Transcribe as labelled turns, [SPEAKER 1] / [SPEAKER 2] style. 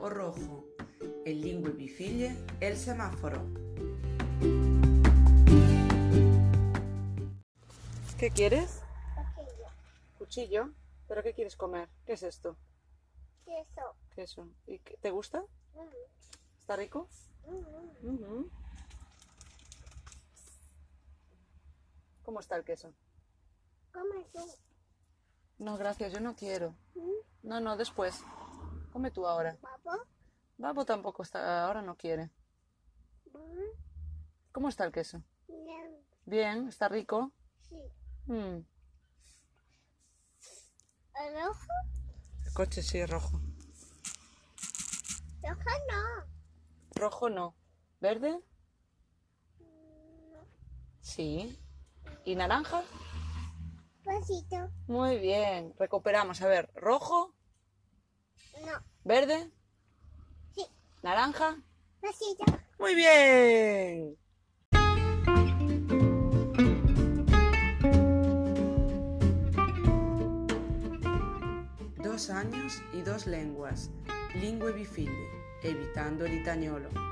[SPEAKER 1] o rojo. En lingue bifiglie el semáforo. ¿Qué quieres?
[SPEAKER 2] Cuchillo.
[SPEAKER 1] ¿Cuchillo? ¿Pero qué quieres comer? ¿Qué es esto?
[SPEAKER 2] Queso.
[SPEAKER 1] Queso. ¿Y te gusta? ¿Está rico? Ujú. ¿Cómo está el queso?
[SPEAKER 2] Come tú.
[SPEAKER 1] No, gracias, yo no quiero. No, después. Come tú ahora.
[SPEAKER 2] ¿Papá?
[SPEAKER 1] Babo tampoco está, ahora no quiere. ¿Cómo está el queso?
[SPEAKER 2] Bien.
[SPEAKER 1] Bien, ¿está rico?
[SPEAKER 2] Sí.
[SPEAKER 1] Mm.
[SPEAKER 2] ¿El rojo?
[SPEAKER 1] El coche sí es rojo.
[SPEAKER 2] Rojo no.
[SPEAKER 1] Rojo no. ¿Verde? Sí. ¿Y naranja?
[SPEAKER 2] Pasito.
[SPEAKER 1] Muy bien. Recuperamos. A ver, rojo,
[SPEAKER 2] No.
[SPEAKER 1] verde,
[SPEAKER 2] Sí.
[SPEAKER 1] naranja.
[SPEAKER 2] Pasito.
[SPEAKER 1] Muy bien. 2 años y 2 lenguas. Lingue bifiglie, evitando el italiano.